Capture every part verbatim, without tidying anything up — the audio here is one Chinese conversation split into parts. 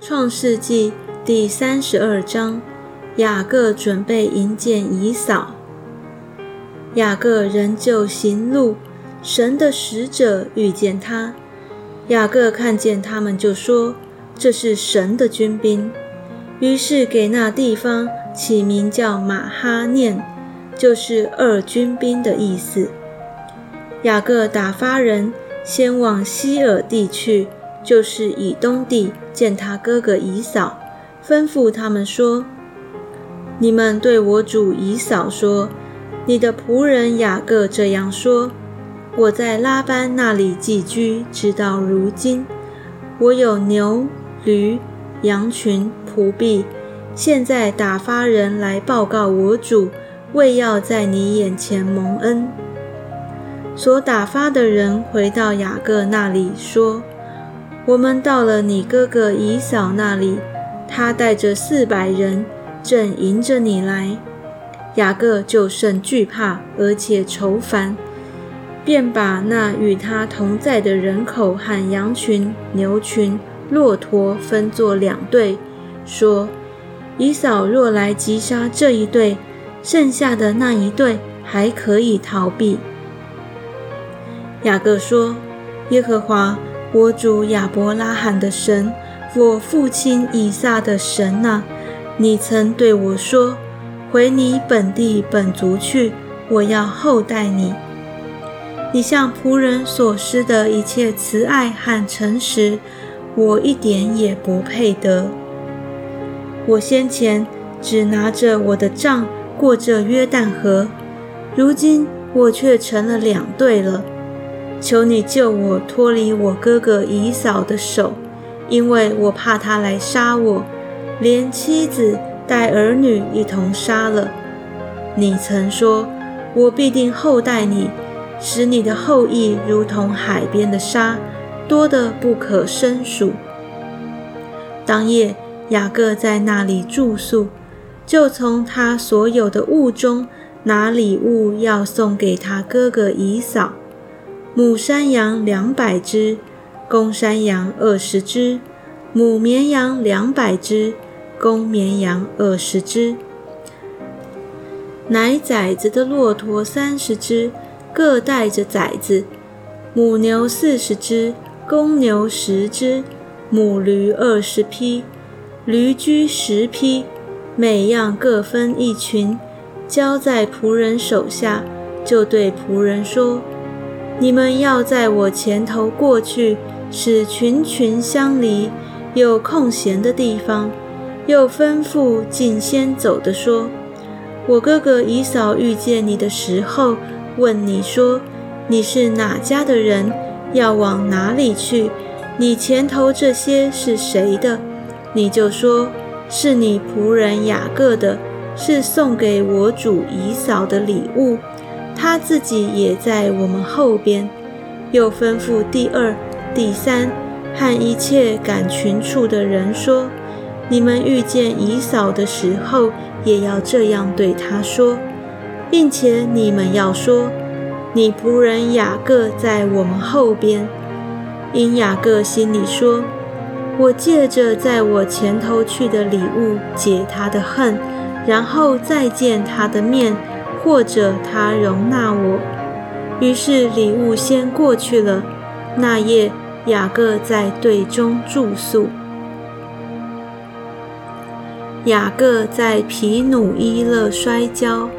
创世纪第三十二章，雅各准备迎见以扫。雅各仍旧行路，神的使者遇见他。雅各看见他们就说，这是神的军兵。于是给那地方起名叫马哈念，就是二军兵的意思。雅各打发人先往西珥地去，就是以东地，见他哥哥以扫，吩咐他们说，你们对我主以扫说，你的仆人雅各这样说，我在拉班那里寄居，直到如今，我有牛、驴、羊群、仆婢，现在打发人来报告我主，为要在你眼前蒙恩。所打发的人回到雅各那里说，我们到了你哥哥以扫那里，他带着四百人，正迎着你来。雅各就甚惧怕，而且愁烦，便把那与他同在的人口和羊群、牛群、骆驼分作两队，说，以扫若来击杀这一队，剩下的那一队还可以逃避。雅各说，耶和华我主亚伯拉罕的神，我父亲以撒的神啊，你曾对我说，回你本地本族去，我要厚待你。你向仆人所施的一切慈爱和诚实，我一点也不配得。我先前只拿着我的杖过这约旦河，如今我却成了两队了。求你救我脱离我哥哥以扫的手，因为我怕他来杀我，连妻子带儿女一同杀了。你曾说，我必定厚待你，使你的后裔如同海边的沙，多得不可胜数。当夜雅各在那里住宿，就从他所有的物中拿礼物要送给他哥哥以扫，母山羊两百只，公山羊二十只，母绵羊两百只，公绵羊二十只，奶崽子的骆驼三十只，各带着崽子，母牛四十只，公牛十只，母驴二十匹，驴驹十匹，每样各分一群，交在仆人手下，就对仆人说，你们要在我前头过去，使群群相离，有空闲的地方。又吩咐近先走的说，我哥哥以扫遇见你的时候，问你说，你是哪家的人，要往哪里去？你前头这些是谁的？你就说，是你仆人雅各的，是送给我主以扫的礼物，他自己也在我们后边。又吩咐第二、第三和一切赶群畜的人说，你们遇见以扫的时候，也要这样对他说，并且你们要说，你仆人雅各在我们后边。因雅各心里说，我借着在我前头去的礼物解他的恨，然后再见他的面，或者他容纳我。于是礼物先过去了，那夜雅各在队中住宿。雅各在皮努伊勒摔跤。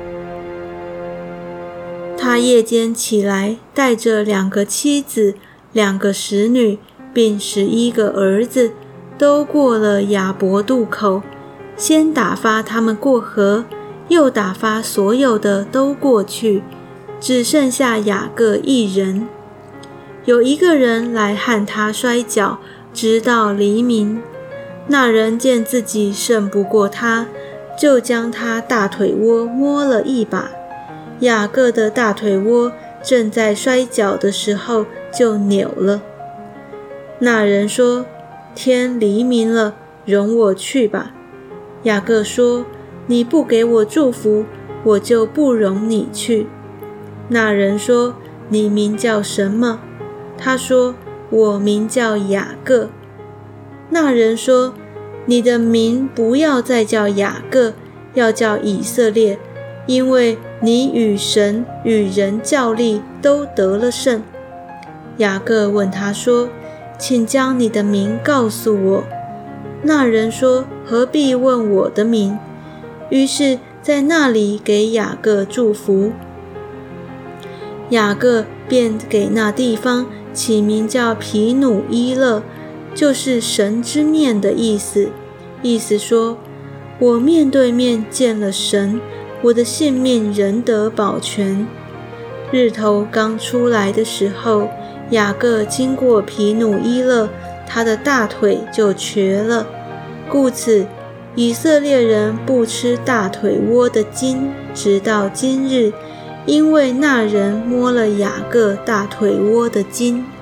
他夜间起来，带着两个妻子、两个使女，并十一个儿子，都过了雅博渡口，先打发他们过河，又打发所有的都过去，只剩下雅各一人。有一个人来和他摔跤，直到黎明。那人见自己胜不过他，就将他大腿窝摸了一把。雅各的大腿窝正在摔跤的时候就扭了。那人说，天黎明了，容我去吧。雅各说，你不给我祝福，我就不容你去。那人说，你名叫什么？他说，我名叫雅各。那人说， 你的名不要再叫雅各，要叫以色列，因为你与神与人较力都得了胜。雅各问他说，请将你的名告诉我。那人说，何必问我的名？于是在那里给雅各祝福。雅各便给那地方起名叫皮努伊勒，就是神之面的意思，意思说，我面对面见了神，我的性命仍得保全。日头刚出来的时候，雅各经过皮努伊勒，他的大腿就瘸了，故此以色列人不吃大腿窝的筋，直到今日，因为那人摸了雅各大腿窝的筋。